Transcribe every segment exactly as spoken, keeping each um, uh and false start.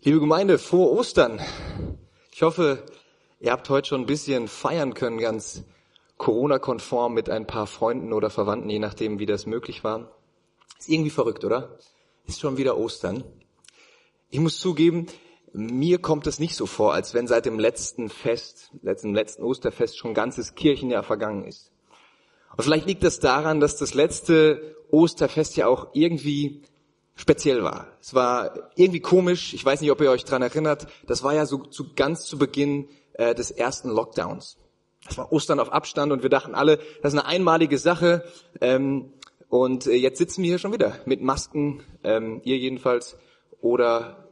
Liebe Gemeinde, frohe Ostern. Ich hoffe, ihr habt heute schon ein bisschen feiern können, ganz Corona-konform mit ein paar Freunden oder Verwandten, je nachdem, wie das möglich war. Ist irgendwie verrückt, oder? Ist schon wieder Ostern. Ich muss zugeben, mir kommt es nicht so vor, als wenn seit dem letzten Fest, letzten, letzten Osterfest schon ein ganzes Kirchenjahr vergangen ist. Und vielleicht liegt das daran, dass das letzte Osterfest ja auch irgendwie speziell war. Es war irgendwie komisch, ich weiß nicht, ob ihr euch dran erinnert, das war ja so zu, ganz zu Beginn äh, des ersten Lockdowns. Das war Ostern auf Abstand und wir dachten alle, das ist eine einmalige Sache ähm, und äh, jetzt sitzen wir hier schon wieder mit Masken, ähm, ihr jedenfalls, oder,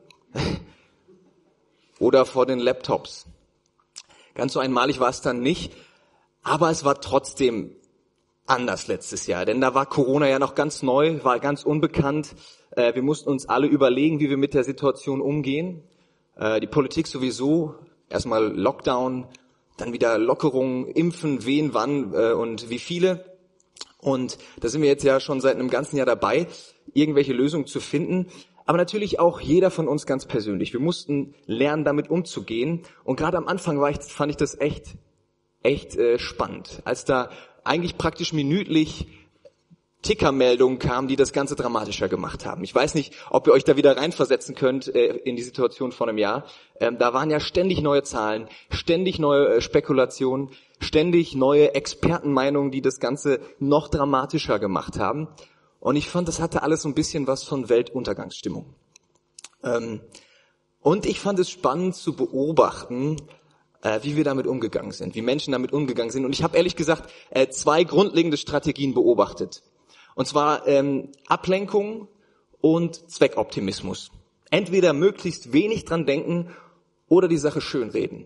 oder vor den Laptops. Ganz so einmalig war es dann nicht, aber es war trotzdem anders letztes Jahr, denn da war Corona ja noch ganz neu, war ganz unbekannt. Wir mussten uns alle überlegen, wie wir mit der Situation umgehen. Die Politik sowieso, erstmal Lockdown, dann wieder Lockerungen, Impfen, wen, wann und wie viele. Und da sind wir jetzt ja schon seit einem ganzen Jahr dabei, irgendwelche Lösungen zu finden. Aber natürlich auch jeder von uns ganz persönlich. Wir mussten lernen, damit umzugehen. Und gerade am Anfang war ich, fand ich das echt, echt äh, spannend, als da eigentlich praktisch minütlich Tickermeldungen kamen, die das Ganze dramatischer gemacht haben. Ich weiß nicht, ob ihr euch da wieder reinversetzen könnt äh, in die Situation vor einem Jahr. Ähm, da waren ja ständig neue Zahlen, ständig neue äh, Spekulationen, ständig neue Expertenmeinungen, die das Ganze noch dramatischer gemacht haben. Und ich fand, das hatte alles so ein bisschen was von Weltuntergangsstimmung. Ähm, und ich fand es spannend zu beobachten, äh, wie wir damit umgegangen sind, wie Menschen damit umgegangen sind. Und ich habe ehrlich gesagt äh, zwei grundlegende Strategien beobachtet. Und zwar ähm, Ablenkung und Zweckoptimismus. Entweder möglichst wenig dran denken oder die Sache schönreden.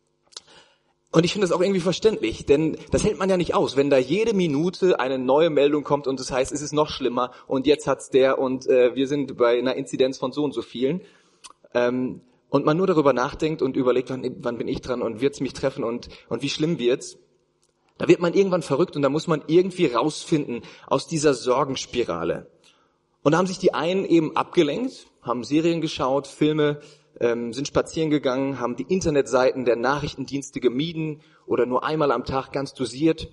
Und ich finde das auch irgendwie verständlich, denn das hält man ja nicht aus, wenn da jede Minute eine neue Meldung kommt und das heißt, es ist noch schlimmer und jetzt hat's der und äh, wir sind bei einer Inzidenz von so und so vielen. Ähm, und man nur darüber nachdenkt und überlegt, wann, wann bin ich dran und wird's mich treffen und, und wie schlimm wird's. Da wird man irgendwann verrückt und da muss man irgendwie rausfinden aus dieser Sorgenspirale. Und da haben sich die einen eben abgelenkt, haben Serien geschaut, Filme, ähm, sind spazieren gegangen, haben die Internetseiten der Nachrichtendienste gemieden oder nur einmal am Tag ganz dosiert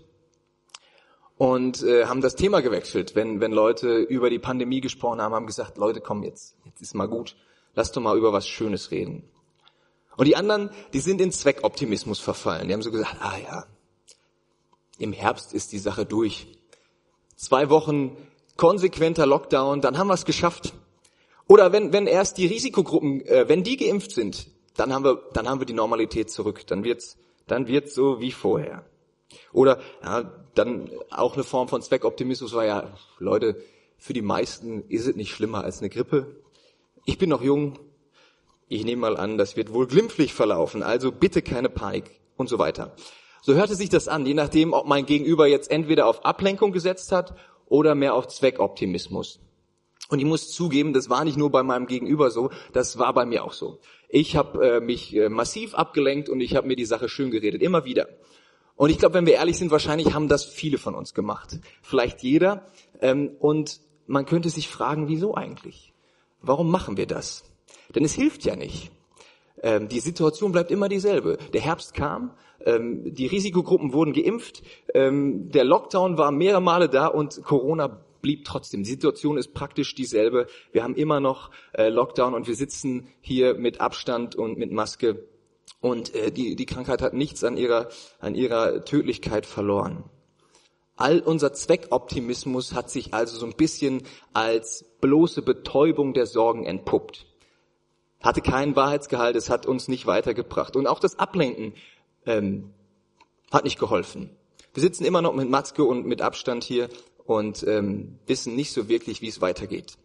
und äh, haben das Thema gewechselt. Wenn, wenn Leute über die Pandemie gesprochen haben, haben gesagt, Leute, komm jetzt, jetzt ist mal gut, lass doch mal über was Schönes reden. Und die anderen, die sind in Zweckoptimismus verfallen. Die haben so gesagt, ah ja, im Herbst ist die Sache durch. Zwei Wochen konsequenter Lockdown, dann haben wir es geschafft. Oder wenn, wenn erst die Risikogruppen, äh, wenn die geimpft sind, dann haben wir, dann haben wir die Normalität zurück. Dann wird's, dann wird's so wie vorher. Oder ja, dann auch eine Form von Zweckoptimismus war ja, Leute, für die meisten ist es nicht schlimmer als eine Grippe. Ich bin noch jung. Ich nehme mal an, das wird wohl glimpflich verlaufen. Also bitte keine Panik und so weiter. So hörte sich das an, je nachdem, ob mein Gegenüber jetzt entweder auf Ablenkung gesetzt hat oder mehr auf Zweckoptimismus. Und ich muss zugeben, das war nicht nur bei meinem Gegenüber so, das war bei mir auch so. Ich habe äh, mich äh, massiv abgelenkt und ich habe mir die Sache schön geredet, immer wieder. Und ich glaube, wenn wir ehrlich sind, wahrscheinlich haben das viele von uns gemacht. Vielleicht jeder. Ähm, und man könnte sich fragen, wieso eigentlich? Warum machen wir das? Denn es hilft ja nicht. Ähm, die Situation bleibt immer dieselbe. Der Herbst kam, ähm, die Risikogruppen wurden geimpft, ähm, der Lockdown war mehrere Male da und Corona blieb trotzdem. Die Situation ist praktisch dieselbe. Wir haben immer noch äh, Lockdown und wir sitzen hier mit Abstand und mit Maske und äh, die, die Krankheit hat nichts an ihrer, an ihrer Tödlichkeit verloren. All unser Zweckoptimismus hat sich also so ein bisschen als bloße Betäubung der Sorgen entpuppt. Hatte keinen Wahrheitsgehalt, es hat uns nicht weitergebracht. Und auch das Ablenken ähm, hat nicht geholfen. Wir sitzen immer noch mit Maske und mit Abstand hier und ähm, wissen nicht so wirklich, wie es weitergeht.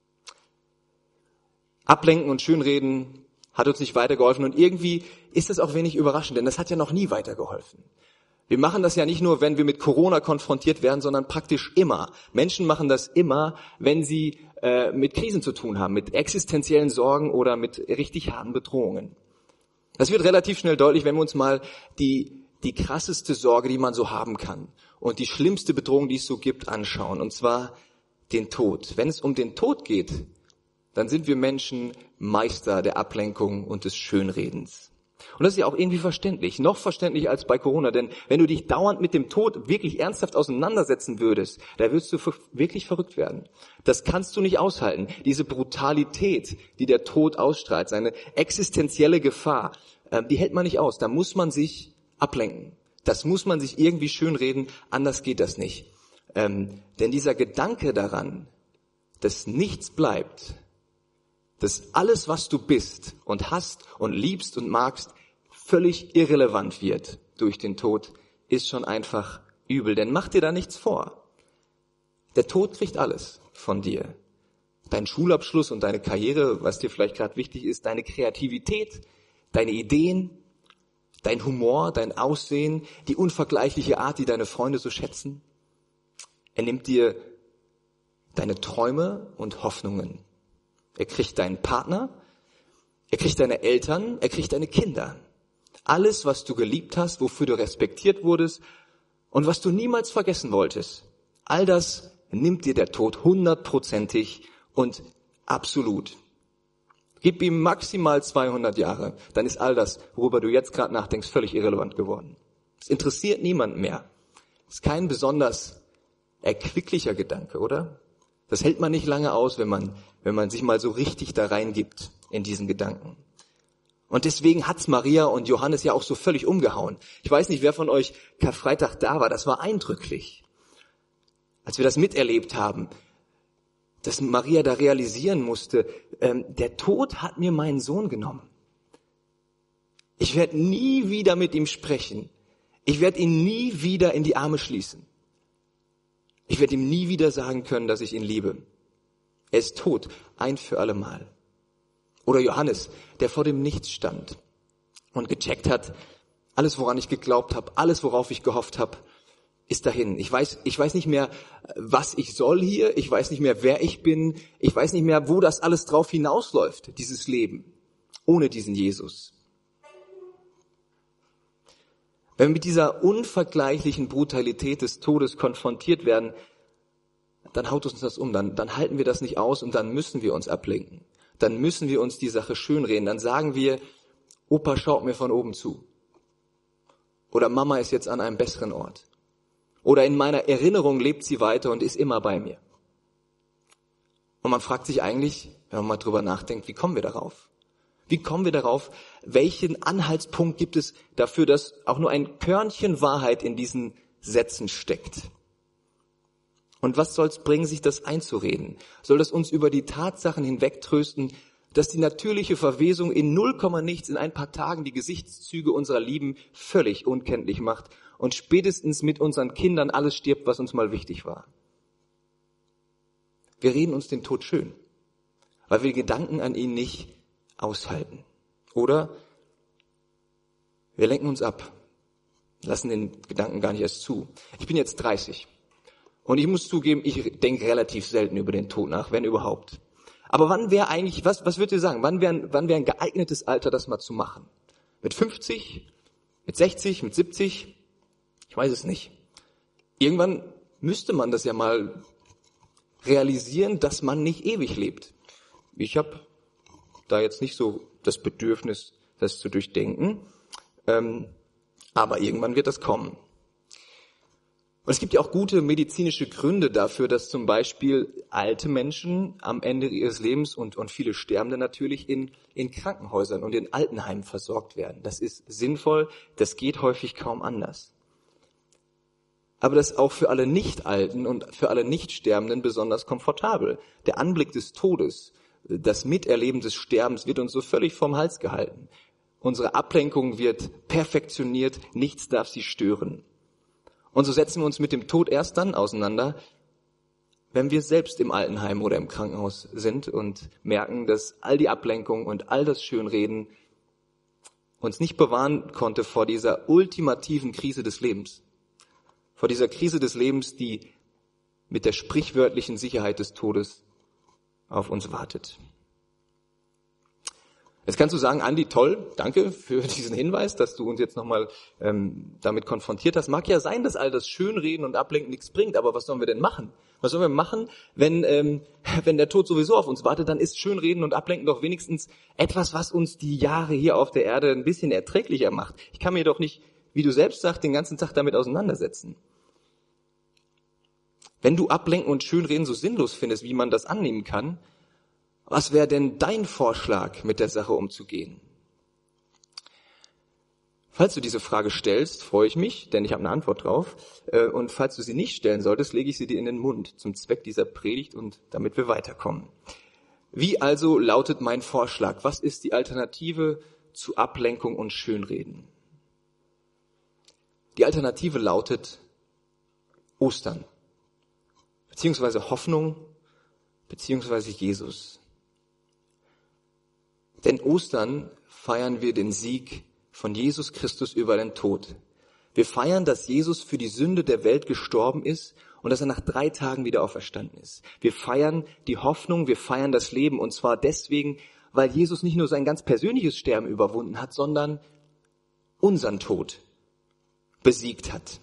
Ablenken und Schönreden hat uns nicht weitergeholfen und irgendwie ist das auch wenig überraschend, denn das hat ja noch nie weitergeholfen. Wir machen das ja nicht nur, wenn wir mit Corona konfrontiert werden, sondern praktisch immer. Menschen machen das immer, wenn sie äh, mit Krisen zu tun haben, mit existenziellen Sorgen oder mit richtig harten Bedrohungen. Das wird relativ schnell deutlich, wenn wir uns mal die, die krasseste Sorge, die man so haben kann und die schlimmste Bedrohung, die es so gibt, anschauen. Und zwar den Tod. Wenn es um den Tod geht, dann sind wir Menschen Meister der Ablenkung und des Schönredens. Und das ist ja auch irgendwie verständlich, noch verständlicher als bei Corona, denn wenn du dich dauernd mit dem Tod wirklich ernsthaft auseinandersetzen würdest, da würdest du wirklich verrückt werden. Das kannst du nicht aushalten. Diese Brutalität, die der Tod ausstrahlt, seine existenzielle Gefahr, die hält man nicht aus. Da muss man sich ablenken. Das muss man sich irgendwie schönreden, anders geht das nicht. Ähm, denn dieser Gedanke daran, dass nichts bleibt, dass alles, was du bist und hast und liebst und magst, völlig irrelevant wird durch den Tod, ist schon einfach übel. Denn mach dir da nichts vor. Der Tod kriegt alles von dir. Dein Schulabschluss und deine Karriere, was dir vielleicht gerade wichtig ist, deine Kreativität, deine Ideen, dein Humor, dein Aussehen, die unvergleichliche Art, die deine Freunde so schätzen. Er nimmt dir deine Träume und Hoffnungen. Er kriegt deinen Partner, er kriegt deine Eltern, er kriegt deine Kinder. Alles, was du geliebt hast, wofür du respektiert wurdest und was du niemals vergessen wolltest, all das nimmt dir der Tod hundertprozentig und absolut. Gib ihm maximal zweihundert Jahre, dann ist all das, worüber du jetzt gerade nachdenkst, völlig irrelevant geworden. Es interessiert niemanden mehr. Es ist kein besonders erquicklicher Gedanke, oder? Das hält man nicht lange aus, wenn man, wenn man sich mal so richtig da reingibt in diesen Gedanken. Und deswegen hat's Maria und Johannes ja auch so völlig umgehauen. Ich weiß nicht, wer von euch Karfreitag da war, das war eindrücklich. Als wir das miterlebt haben, dass Maria da realisieren musste, ähm, der Tod hat mir meinen Sohn genommen. Ich werde nie wieder mit ihm sprechen. Ich werde ihn nie wieder in die Arme schließen. Ich werde ihm nie wieder sagen können, dass ich ihn liebe. Er ist tot, ein für alle Mal. Oder Johannes, der vor dem Nichts stand und gecheckt hat, alles, woran ich geglaubt habe, alles, worauf ich gehofft habe, ist dahin. Ich weiß, ich weiß nicht mehr, was ich soll hier. Ich weiß nicht mehr, wer ich bin. Ich weiß nicht mehr, wo das alles drauf hinausläuft, dieses Leben, ohne diesen Jesus. Wenn wir mit dieser unvergleichlichen Brutalität des Todes konfrontiert werden, dann haut uns das um, dann, dann halten wir das nicht aus und dann müssen wir uns ablenken. Dann müssen wir uns die Sache schönreden. Dann sagen wir, Opa schaut mir von oben zu. Oder Mama ist jetzt an einem besseren Ort. Oder in meiner Erinnerung lebt sie weiter und ist immer bei mir. Und man fragt sich eigentlich, wenn man mal drüber nachdenkt, wie kommen wir darauf? Wie kommen wir darauf? Welchen Anhaltspunkt gibt es dafür, dass auch nur ein Körnchen Wahrheit in diesen Sätzen steckt? Und was soll es bringen, sich das einzureden? Soll das uns über die Tatsachen hinwegtrösten, dass die natürliche Verwesung in null Komma nichts in ein paar Tagen die Gesichtszüge unserer Lieben völlig unkenntlich macht und spätestens mit unseren Kindern alles stirbt, was uns mal wichtig war? Wir reden uns den Tod schön, weil wir Gedanken an ihn nicht aushalten. Oder wir lenken uns ab, lassen den Gedanken gar nicht erst zu. Ich bin jetzt dreißig und ich muss zugeben, ich denke relativ selten über den Tod nach, wenn überhaupt. Aber wann wäre eigentlich, was, was würdet ihr sagen, wann wäre wann wär ein geeignetes Alter, das mal zu machen? Mit fünfzig? Mit sechzig? Mit siebzig? Ich weiß es nicht. Irgendwann müsste man das ja mal realisieren, dass man nicht ewig lebt. Ich habe da jetzt nicht so das Bedürfnis, das zu durchdenken. Ähm, aber irgendwann wird das kommen. Und es gibt ja auch gute medizinische Gründe dafür, dass zum Beispiel alte Menschen am Ende ihres Lebens und, und viele Sterbende natürlich in, in Krankenhäusern und in Altenheimen versorgt werden. Das ist sinnvoll, das geht häufig kaum anders. Aber das ist auch für alle Nicht-Alten und für alle Nicht-Sterbenden besonders komfortabel. Der Anblick des Todes, das Miterleben des Sterbens wird uns so völlig vom Hals gehalten. Unsere Ablenkung wird perfektioniert, nichts darf sie stören. Und so setzen wir uns mit dem Tod erst dann auseinander, wenn wir selbst im Altenheim oder im Krankenhaus sind und merken, dass all die Ablenkung und all das Schönreden uns nicht bewahren konnte vor dieser ultimativen Krise des Lebens. Vor dieser Krise des Lebens, die mit der sprichwörtlichen Sicherheit des Todes auf uns wartet. Jetzt kannst du sagen, Andi, toll, danke für diesen Hinweis, dass du uns jetzt nochmal ähm, damit konfrontiert hast. Mag ja sein, dass all das Schönreden und Ablenken nichts bringt, aber was sollen wir denn machen? Was sollen wir machen, wenn ähm, wenn der Tod sowieso auf uns wartet? Dann ist Schönreden und Ablenken doch wenigstens etwas, was uns die Jahre hier auf der Erde ein bisschen erträglicher macht. Ich kann mir doch nicht, wie du selbst sagst, den ganzen Tag damit auseinandersetzen. Wenn du Ablenken und Schönreden so sinnlos findest, wie man das annehmen kann, was wäre denn dein Vorschlag, mit der Sache umzugehen? Falls du diese Frage stellst, freue ich mich, denn ich habe eine Antwort drauf. Und falls du sie nicht stellen solltest, lege ich sie dir in den Mund zum Zweck dieser Predigt und damit wir weiterkommen. Wie also lautet mein Vorschlag? Was ist die Alternative zu Ablenkung und Schönreden? Die Alternative lautet Ostern, beziehungsweise Hoffnung, beziehungsweise Jesus. Denn Ostern feiern wir den Sieg von Jesus Christus über den Tod. Wir feiern, dass Jesus für die Sünde der Welt gestorben ist und dass er nach drei Tagen wieder auferstanden ist. Wir feiern die Hoffnung, wir feiern das Leben und zwar deswegen, weil Jesus nicht nur sein ganz persönliches Sterben überwunden hat, sondern unseren Tod besiegt hat.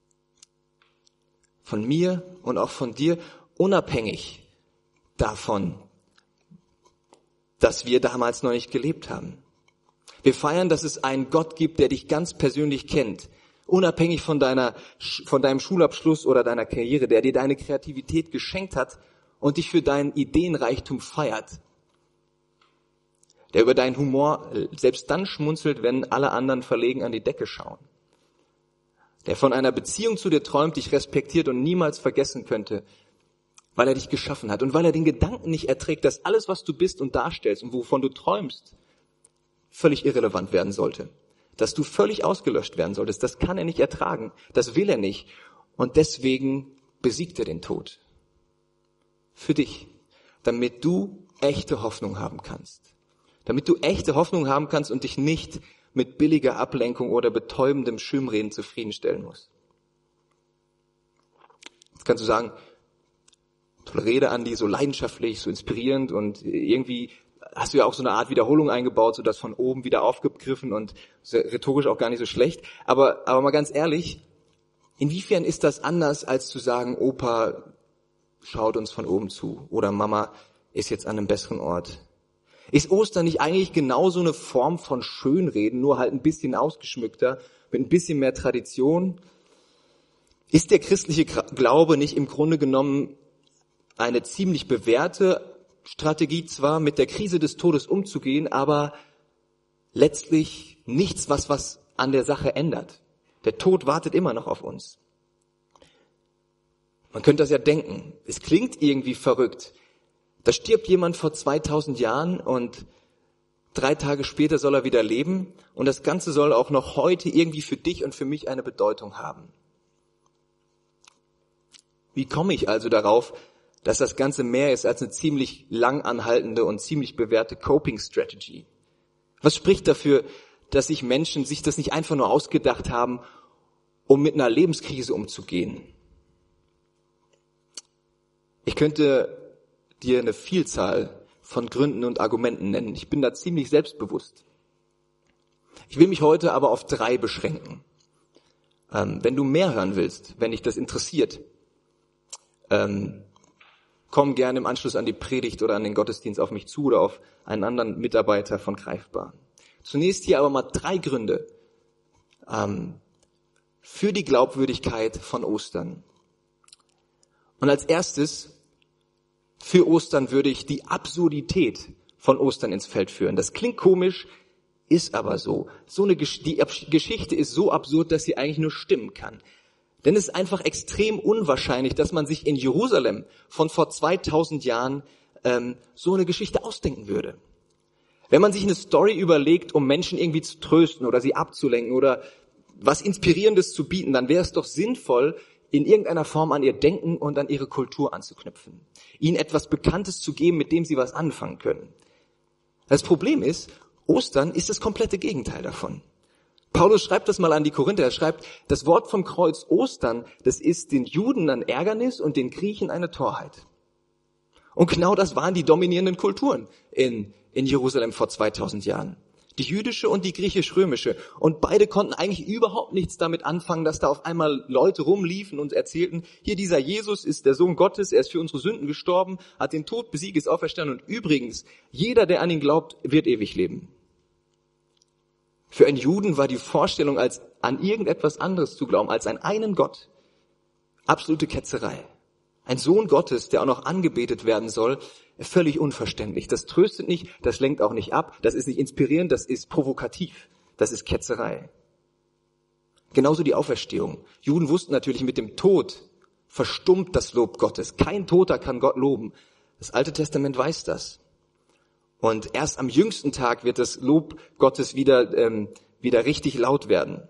Von mir und auch von dir, unabhängig davon, dass wir damals noch nicht gelebt haben. Wir feiern, dass es einen Gott gibt, der dich ganz persönlich kennt, unabhängig von deiner, von deinem Schulabschluss oder deiner Karriere, der dir deine Kreativität geschenkt hat und dich für deinen Ideenreichtum feiert, der über deinen Humor selbst dann schmunzelt, wenn alle anderen verlegen an die Decke schauen, der von einer Beziehung zu dir träumt, dich respektiert und niemals vergessen könnte, weil er dich geschaffen hat und weil er den Gedanken nicht erträgt, dass alles, was du bist und darstellst und wovon du träumst, völlig irrelevant werden sollte. Dass du völlig ausgelöscht werden solltest, das kann er nicht ertragen, das will er nicht. Und deswegen besiegt er den Tod. Für dich, damit du echte Hoffnung haben kannst. Damit du echte Hoffnung haben kannst und dich nicht mit billiger Ablenkung oder betäubendem Schönreden zufriedenstellen musst. Jetzt kannst du sagen, tolle Rede, Andi, so leidenschaftlich, so inspirierend und irgendwie hast du ja auch so eine Art Wiederholung eingebaut, so das von oben wieder aufgegriffen und rhetorisch auch gar nicht so schlecht. Aber, aber mal ganz ehrlich, inwiefern ist das anders, als zu sagen, Opa schaut uns von oben zu oder Mama ist jetzt an einem besseren Ort? Ist Ostern nicht eigentlich genauso eine Form von Schönreden, nur halt ein bisschen ausgeschmückter, mit ein bisschen mehr Tradition? Ist der christliche Glaube nicht im Grunde genommen eine ziemlich bewährte Strategie zwar, mit der Krise des Todes umzugehen, aber letztlich nichts, was was an der Sache ändert. Der Tod wartet immer noch auf uns. Man könnte das ja denken. Es klingt irgendwie verrückt. Da stirbt jemand vor zweitausend Jahren und drei Tage später soll er wieder leben und das Ganze soll auch noch heute irgendwie für dich und für mich eine Bedeutung haben. Wie komme ich also darauf, dass das Ganze mehr ist als eine ziemlich lang anhaltende und ziemlich bewährte Coping-Strategy? Was spricht dafür, dass sich Menschen sich das nicht einfach nur ausgedacht haben, um mit einer Lebenskrise umzugehen? Ich könnte dir eine Vielzahl von Gründen und Argumenten nennen. Ich bin da ziemlich selbstbewusst. Ich will mich heute aber auf drei beschränken. Ähm, wenn du mehr hören willst, wenn dich das interessiert, ähm, komm gerne im Anschluss an die Predigt oder an den Gottesdienst auf mich zu oder auf einen anderen Mitarbeiter von Greifbar. Zunächst hier aber mal drei Gründe ähm, für die Glaubwürdigkeit von Ostern. Und als erstes, für Ostern würde ich die Absurdität von Ostern ins Feld führen. Das klingt komisch, ist aber so. So eine Gesch- die Ab- Geschichte ist so absurd, dass sie eigentlich nur stimmen kann. Denn es ist einfach extrem unwahrscheinlich, dass man sich in Jerusalem von vor zweitausend Jahren ähm, so eine Geschichte ausdenken würde. Wenn man sich eine Story überlegt, um Menschen irgendwie zu trösten oder sie abzulenken oder was Inspirierendes zu bieten, dann wäre es doch sinnvoll, in irgendeiner Form an ihr Denken und an ihre Kultur anzuknüpfen. Ihnen etwas Bekanntes zu geben, mit dem sie was anfangen können. Das Problem ist, Ostern ist das komplette Gegenteil davon. Paulus schreibt das mal an die Korinther. Er schreibt, das Wort vom Kreuz Ostern, das ist den Juden ein Ärgernis und den Griechen eine Torheit. Und genau das waren die dominierenden Kulturen in, in Jerusalem vor zweitausend Jahren. Die jüdische und die griechisch-römische. Und beide konnten eigentlich überhaupt nichts damit anfangen, dass da auf einmal Leute rumliefen und erzählten, hier dieser Jesus ist der Sohn Gottes, er ist für unsere Sünden gestorben, hat den Tod besiegt, ist auferstanden und übrigens, jeder, der an ihn glaubt, wird ewig leben. Für einen Juden war die Vorstellung, als an irgendetwas anderes zu glauben, als an einen Gott, absolute Ketzerei. Ein Sohn Gottes, der auch noch angebetet werden soll, völlig unverständlich. Das tröstet nicht, das lenkt auch nicht ab, das ist nicht inspirierend, das ist provokativ, das ist Ketzerei. Genauso die Auferstehung. Juden wussten natürlich, mit dem Tod verstummt das Lob Gottes. Kein Toter kann Gott loben. Das Alte Testament weiß das. Und erst am jüngsten Tag wird das Lob Gottes wieder, ähm, wieder richtig laut werden.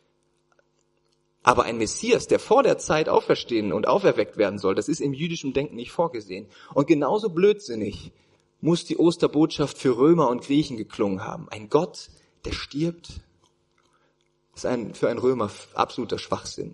Aber ein Messias, der vor der Zeit auferstehen und auferweckt werden soll, das ist im jüdischen Denken nicht vorgesehen. Und genauso blödsinnig muss die Osterbotschaft für Römer und Griechen geklungen haben. Ein Gott, der stirbt, ist ein, für einen Römer absoluter Schwachsinn.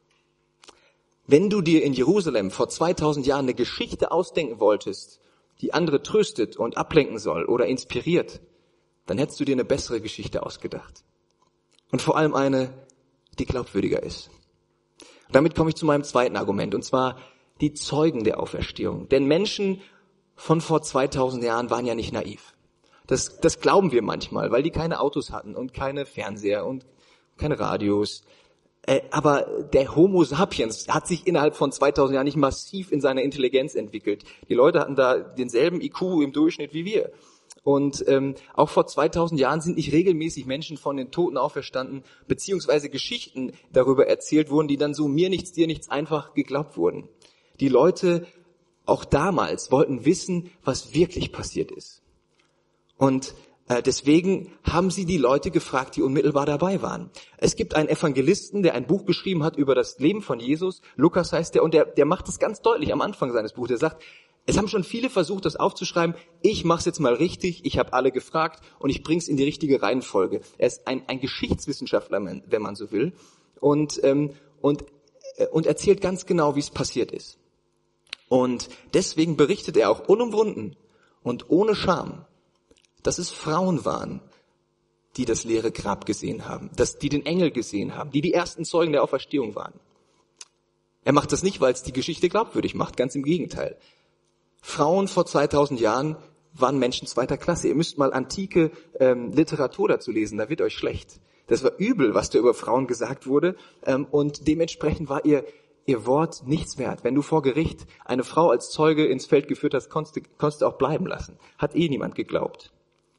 Wenn du dir in Jerusalem vor zweitausend Jahren eine Geschichte ausdenken wolltest, die andere tröstet und ablenken soll oder inspiriert, dann hättest du dir eine bessere Geschichte ausgedacht. Und vor allem eine, die glaubwürdiger ist. Und damit komme ich zu meinem zweiten Argument, und zwar die Zeugen der Auferstehung. Denn Menschen von vor zweitausend Jahren waren ja nicht naiv. Das, das glauben wir manchmal, weil die keine Autos hatten und keine Fernseher und keine Radios. Äh, aber der Homo sapiens hat sich innerhalb von zweitausend Jahren nicht massiv in seiner Intelligenz entwickelt. Die Leute hatten da denselben I Q im Durchschnitt wie wir. Und ähm, auch vor zweitausend Jahren sind nicht regelmäßig Menschen von den Toten auferstanden, beziehungsweise Geschichten darüber erzählt wurden, die dann so mir nichts, dir nichts einfach geglaubt wurden. Die Leute auch damals wollten wissen, was wirklich passiert ist. Und äh, deswegen haben sie die Leute gefragt, die unmittelbar dabei waren. Es gibt einen Evangelisten, der ein Buch geschrieben hat über das Leben von Jesus. Lukas heißt der, und der, der macht es ganz deutlich am Anfang seines Buches. Der sagt, es haben schon viele versucht, das aufzuschreiben. Ich mache es jetzt mal richtig. Ich habe alle gefragt und ich bringe es in die richtige Reihenfolge. Er ist ein, ein Geschichtswissenschaftler, wenn man so will, und ähm, und äh, und erzählt ganz genau, wie es passiert ist. Und deswegen berichtet er auch unumwunden und ohne Scham, dass es Frauen waren, die das leere Grab gesehen haben, dass die den Engel gesehen haben, die die ersten Zeugen der Auferstehung waren. Er macht das nicht, weil es die Geschichte glaubwürdig macht, ganz im Gegenteil. Frauen vor zweitausend Jahren waren Menschen zweiter Klasse. Ihr müsst mal antike ähm, Literatur dazu lesen, da wird euch schlecht. Das war übel, was da über Frauen gesagt wurde, ähm, und dementsprechend war ihr ihr Wort nichts wert. Wenn du vor Gericht eine Frau als Zeuge ins Feld geführt hast, konntest du, konntest du auch bleiben lassen. Hat eh niemand geglaubt.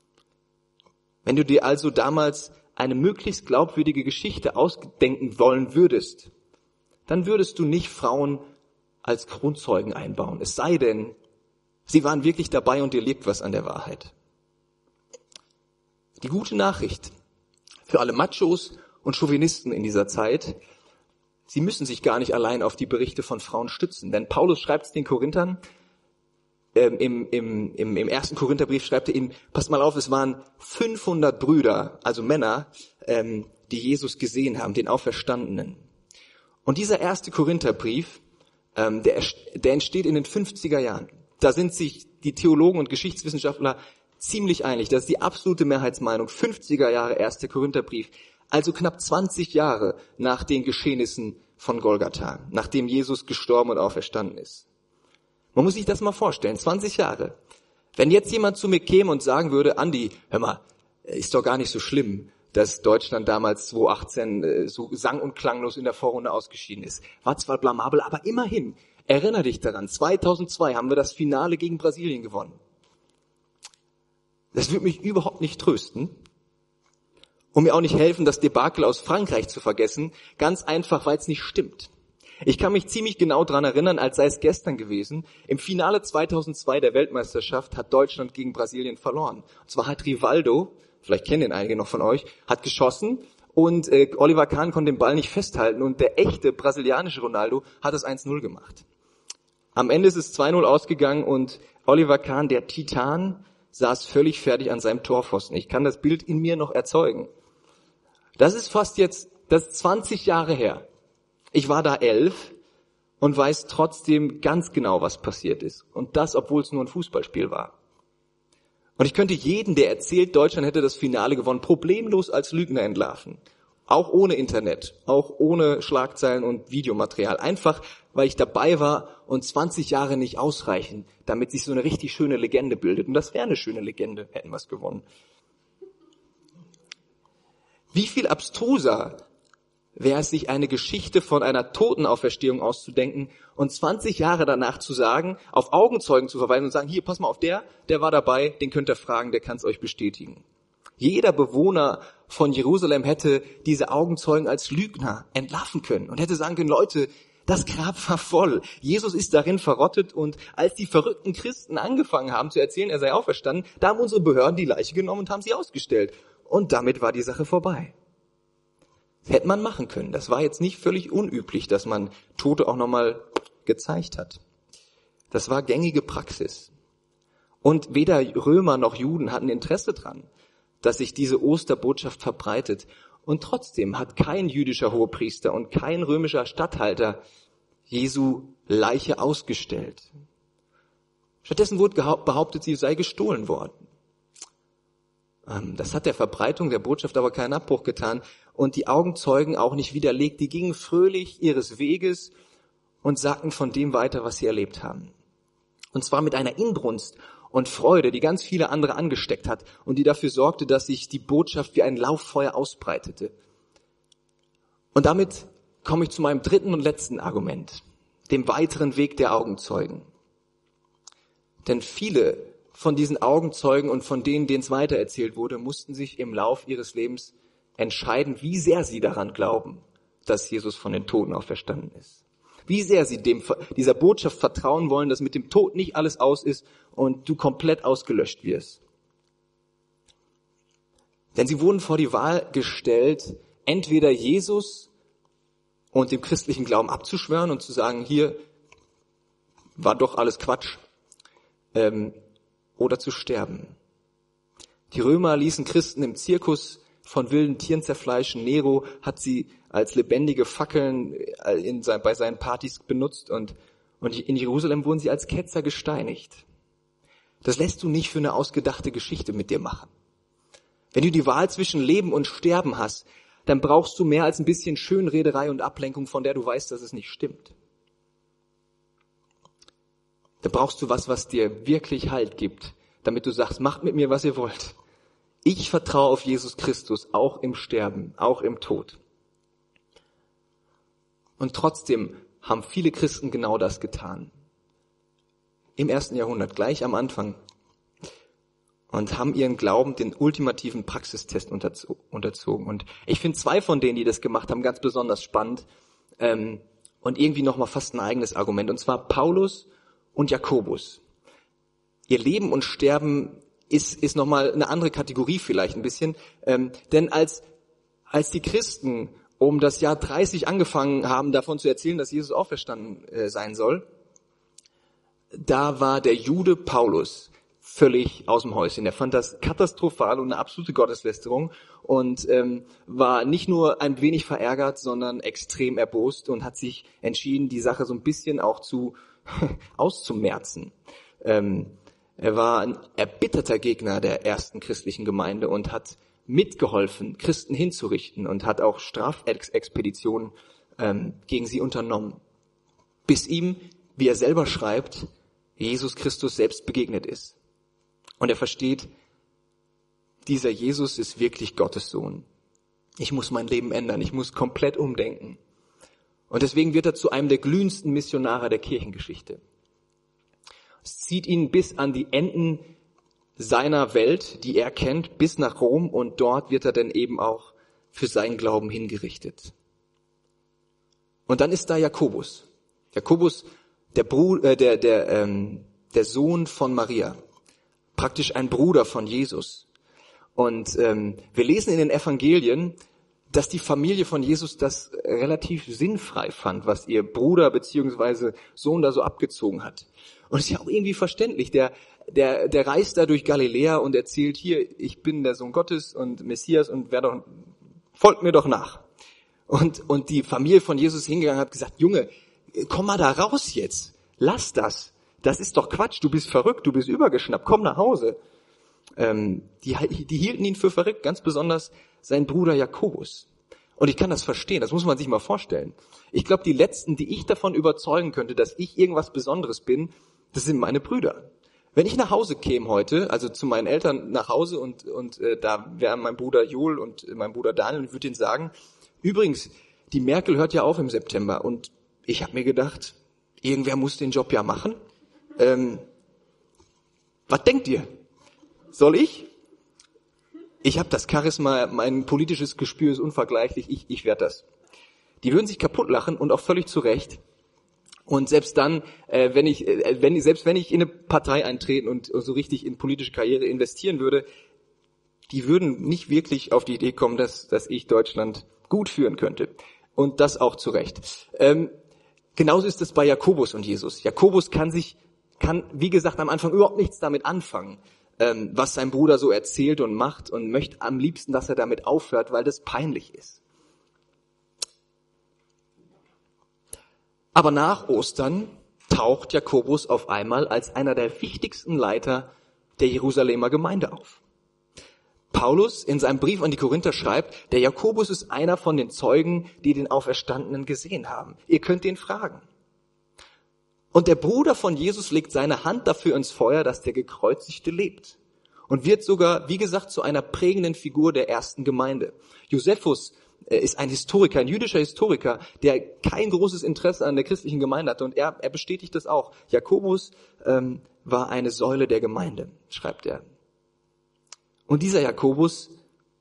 Wenn du dir also damals eine möglichst glaubwürdige Geschichte ausdenken wollen würdest, dann würdest du nicht Frauen als Kronzeugen einbauen. Es sei denn, sie waren wirklich dabei und dir liegt was an der Wahrheit. Die gute Nachricht für alle Machos und Chauvinisten in dieser Zeit: Sie müssen sich gar nicht allein auf die Berichte von Frauen stützen. Denn Paulus schreibt es den Korinthern, ähm, im, im, im, im ersten Korintherbrief schreibt er ihnen, passt mal auf, es waren fünfhundert Brüder, also Männer, ähm, die Jesus gesehen haben, den Auferstandenen. Und dieser erste Korintherbrief, ähm, der, der entsteht in den fünfziger Jahren. Da sind sich die Theologen und Geschichtswissenschaftler ziemlich einig. Das ist die absolute Mehrheitsmeinung. fünfziger Jahre erster Korintherbrief. Also knapp zwanzig Jahre nach den Geschehnissen von Golgatha, nachdem Jesus gestorben und auferstanden ist. Man muss sich das mal vorstellen, zwanzig Jahre. Wenn jetzt jemand zu mir käme und sagen würde, Andi, hör mal, ist doch gar nicht so schlimm, dass Deutschland damals zweitausendachtzehn so sang- und klanglos in der Vorrunde ausgeschieden ist. War zwar blamabel, aber immerhin, erinnere dich daran, zweitausendzwei haben wir das Finale gegen Brasilien gewonnen. Das würde mich überhaupt nicht trösten. Und mir auch nicht helfen, das Debakel aus Frankreich zu vergessen, ganz einfach, weil es nicht stimmt. Ich kann mich ziemlich genau daran erinnern, als sei es gestern gewesen. Im Finale zweitausendzwei der Weltmeisterschaft hat Deutschland gegen Brasilien verloren. Und zwar hat Rivaldo, vielleicht kennen den einige noch von euch, hat geschossen und äh, Oliver Kahn konnte den Ball nicht festhalten und der echte brasilianische Ronaldo hat es eins null gemacht. Am Ende ist es zwei null ausgegangen und Oliver Kahn, der Titan, saß völlig fertig an seinem Torpfosten. Ich kann das Bild in mir noch erzeugen. Das ist fast jetzt, das ist zwanzig Jahre her. Ich war da elf und weiß trotzdem ganz genau, was passiert ist. Und das, obwohl es nur ein Fußballspiel war. Und ich könnte jeden, der erzählt, Deutschland hätte das Finale gewonnen, problemlos als Lügner entlarven. Auch ohne Internet, auch ohne Schlagzeilen und Videomaterial. Einfach, weil ich dabei war und zwanzig Jahre nicht ausreichen, damit sich so eine richtig schöne Legende bildet. Und das wäre eine schöne Legende, hätten wir es gewonnen. Wie viel abstruser wäre es, sich eine Geschichte von einer Totenauferstehung auszudenken und zwanzig Jahre danach zu sagen, auf Augenzeugen zu verweisen und sagen, hier, pass mal auf, der, der war dabei, den könnt ihr fragen, der kann es euch bestätigen. Jeder Bewohner von Jerusalem hätte diese Augenzeugen als Lügner entlarven können und hätte sagen können, Leute, das Grab war voll. Jesus ist darin verrottet und als die verrückten Christen angefangen haben zu erzählen, er sei auferstanden, da haben unsere Behörden die Leiche genommen und haben sie ausgestellt. Und damit war die Sache vorbei. Das hätte man machen können. Das war jetzt nicht völlig unüblich, dass man Tote auch nochmal gezeigt hat. Das war gängige Praxis. Und weder Römer noch Juden hatten Interesse dran, dass sich diese Osterbotschaft verbreitet. Und trotzdem hat kein jüdischer Hohepriester und kein römischer Statthalter Jesu Leiche ausgestellt. Stattdessen wurde behauptet, sie sei gestohlen worden. Das hat der Verbreitung der Botschaft aber keinen Abbruch getan und die Augenzeugen auch nicht widerlegt. Die gingen fröhlich ihres Weges und sagten von dem weiter, was sie erlebt haben. Und zwar mit einer Inbrunst und Freude, die ganz viele andere angesteckt hat und die dafür sorgte, dass sich die Botschaft wie ein Lauffeuer ausbreitete. Und damit komme ich zu meinem dritten und letzten Argument, dem weiteren Weg der Augenzeugen. Denn viele von diesen Augenzeugen und von denen, denen es weitererzählt wurde, mussten sich im Lauf ihres Lebens entscheiden, wie sehr sie daran glauben, dass Jesus von den Toten auferstanden ist. Wie sehr sie dem, dieser Botschaft vertrauen wollen, dass mit dem Tod nicht alles aus ist und du komplett ausgelöscht wirst. Denn sie wurden vor die Wahl gestellt, entweder Jesus und dem christlichen Glauben abzuschwören und zu sagen, hier war doch alles Quatsch, ähm, oder zu sterben. Die Römer ließen Christen im Zirkus von wilden Tieren zerfleischen. Nero hat sie als lebendige Fackeln in sein, bei seinen Partys benutzt und, und in Jerusalem wurden sie als Ketzer gesteinigt. Das lässt du nicht für eine ausgedachte Geschichte mit dir machen. Wenn du die Wahl zwischen Leben und Sterben hast, dann brauchst du mehr als ein bisschen Schönrederei und Ablenkung, von der du weißt, dass es nicht stimmt. Da brauchst du was, was dir wirklich Halt gibt, damit du sagst, macht mit mir, was ihr wollt. Ich vertraue auf Jesus Christus, auch im Sterben, auch im Tod. Und trotzdem haben viele Christen genau das getan. Im ersten Jahrhundert, gleich am Anfang. Und haben ihren Glauben den ultimativen Praxistest unterzogen. Und ich finde zwei von denen, die das gemacht haben, ganz besonders spannend. Ähm, und irgendwie nochmal fast ein eigenes Argument. Und zwar Paulus und Jakobus. Ihr Leben und Sterben ist, ist nochmal eine andere Kategorie vielleicht ein bisschen. Ähm, denn als, als die Christen um das Jahr dreißig angefangen haben, davon zu erzählen, dass Jesus auferstanden äh, sein soll, da war der Jude Paulus völlig aus dem Häuschen. Er fand das katastrophal und eine absolute Gotteslästerung und ähm, war nicht nur ein wenig verärgert, sondern extrem erbost und hat sich entschieden, die Sache so ein bisschen auch zu auszumerzen. Ähm, er war ein erbitterter Gegner der ersten christlichen Gemeinde und hat mitgeholfen, Christen hinzurichten und hat auch Strafexpeditionen ähm, gegen sie unternommen, bis ihm, wie er selber schreibt, Jesus Christus selbst begegnet ist. Und er versteht, dieser Jesus ist wirklich Gottes Sohn. Ich muss mein Leben ändern, ich muss komplett umdenken. Und deswegen wird er zu einem der glühendsten Missionare der Kirchengeschichte. Es zieht ihn bis an die Enden seiner Welt, die er kennt, bis nach Rom und dort wird er dann eben auch für seinen Glauben hingerichtet. Und dann ist da Jakobus. Jakobus, der Bruder, äh, der der ähm, der Sohn von Maria, praktisch ein Bruder von Jesus. Und ähm, wir lesen in den Evangelien, dass die Familie von Jesus das relativ sinnfrei fand, was ihr Bruder bzw. Sohn da so abgezogen hat. Und es ist ja auch irgendwie verständlich. Der, der, der reist da durch Galiläa und erzählt, hier, ich bin der Sohn Gottes und Messias und wer doch, folgt mir doch nach. Und, und die Familie von Jesus hingegangen hat gesagt, Junge, komm mal da raus jetzt. Lass das. Das ist doch Quatsch. Du bist verrückt, du bist übergeschnappt. Komm nach Hause. Ähm, die, die hielten ihn für verrückt, ganz besonders sein Bruder Jakobus. Und ich kann das verstehen, das muss man sich mal vorstellen. Ich glaube, die Letzten, die ich davon überzeugen könnte, dass ich irgendwas Besonderes bin, das sind meine Brüder. Wenn ich nach Hause käme heute, also zu meinen Eltern nach Hause und, und äh, da wären mein Bruder Joel und äh, mein Bruder Daniel, und ich würde ihnen sagen, übrigens, die Merkel hört ja auf im September und ich habe mir gedacht, irgendwer muss den Job ja machen. Ähm, was denkt ihr? Soll ich? Ich habe das Charisma, mein politisches Gespür ist unvergleichlich, ich, ich werde das. Die würden sich kaputt lachen und auch völlig zu Recht. Und selbst dann, äh, wenn ich, äh, wenn selbst wenn ich in eine Partei eintreten und so richtig in politische Karriere investieren würde, die würden nicht wirklich auf die Idee kommen, dass, dass ich Deutschland gut führen könnte. Und das auch zu Recht. Ähm, genauso ist es bei Jakobus und Jesus. Jakobus kann sich, kann, wie gesagt, am Anfang überhaupt nichts damit anfangen, ähm, was sein Bruder so erzählt und macht, und möchte am liebsten, dass er damit aufhört, weil das peinlich ist. Aber nach Ostern taucht Jakobus auf einmal als einer der wichtigsten Leiter der Jerusalemer Gemeinde auf. Paulus in seinem Brief an die Korinther schreibt, der Jakobus ist einer von den Zeugen, die den Auferstandenen gesehen haben. Ihr könnt ihn fragen. Und der Bruder von Jesus legt seine Hand dafür ins Feuer, dass der Gekreuzigte lebt. Und wird sogar, wie gesagt, zu einer prägenden Figur der ersten Gemeinde. Josephus ist ein Historiker, ein jüdischer Historiker, der kein großes Interesse an der christlichen Gemeinde hatte. Und er, er bestätigt das auch. Jakobus ähm, war eine Säule der Gemeinde, schreibt er. Und dieser Jakobus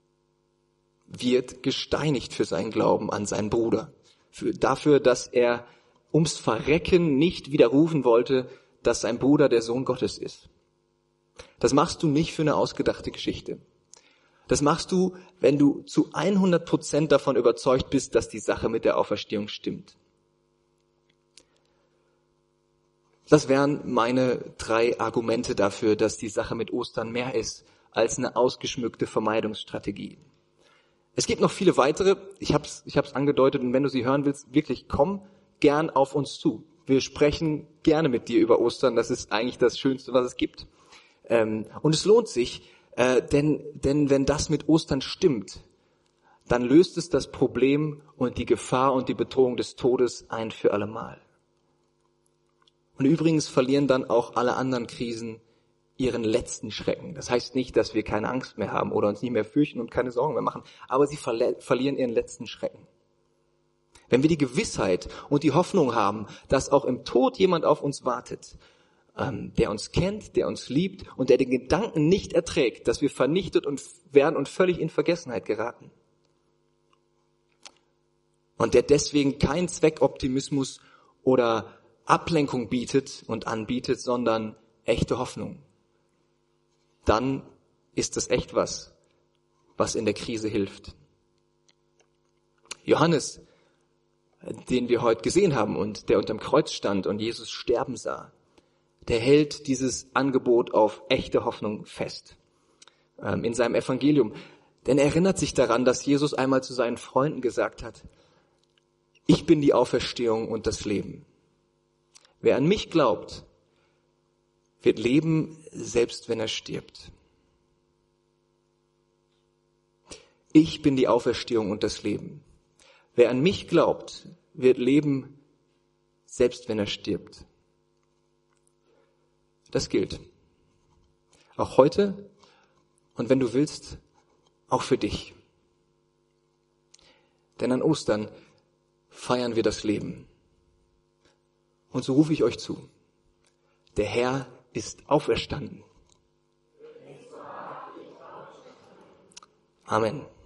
wird gesteinigt für seinen Glauben an seinen Bruder. Für, dafür, dass er ums Verrecken nicht widerrufen wollte, dass sein Bruder der Sohn Gottes ist. Das machst du nicht für eine ausgedachte Geschichte. Das machst du, wenn du zu hundert Prozent davon überzeugt bist, dass die Sache mit der Auferstehung stimmt. Das wären meine drei Argumente dafür, dass die Sache mit Ostern mehr ist als eine ausgeschmückte Vermeidungsstrategie. Es gibt noch viele weitere, ich habe es ich hab's angedeutet, und wenn du sie hören willst, wirklich komm gern auf uns zu. Wir sprechen gerne mit dir über Ostern, das ist eigentlich das Schönste, was es gibt. Ähm, und es lohnt sich, Äh, denn, denn wenn das mit Ostern stimmt, dann löst es das Problem und die Gefahr und die Bedrohung des Todes ein für alle Mal. Und übrigens verlieren dann auch alle anderen Krisen ihren letzten Schrecken. Das heißt nicht, dass wir keine Angst mehr haben oder uns nicht mehr fürchten und keine Sorgen mehr machen, aber sie verle- verlieren ihren letzten Schrecken. Wenn wir die Gewissheit und die Hoffnung haben, dass auch im Tod jemand auf uns wartet, der uns kennt, der uns liebt und der den Gedanken nicht erträgt, dass wir vernichtet und werden und völlig in Vergessenheit geraten. Und der deswegen keinen Zweckoptimismus oder Ablenkung bietet und anbietet, sondern echte Hoffnung. Dann ist es echt was, was in der Krise hilft. Johannes, den wir heute gesehen haben und der unterm Kreuz stand und Jesus sterben sah, der hält dieses Angebot auf echte Hoffnung fest ähm, in seinem Evangelium. Denn er erinnert sich daran, dass Jesus einmal zu seinen Freunden gesagt hat, ich bin die Auferstehung und das Leben. Wer an mich glaubt, wird leben, selbst wenn er stirbt. Ich bin die Auferstehung und das Leben. Wer an mich glaubt, wird leben, selbst wenn er stirbt. Das gilt. Auch heute und wenn du willst, auch für dich. Denn an Ostern feiern wir das Leben. Und so rufe ich euch zu. Der Herr ist auferstanden. Amen.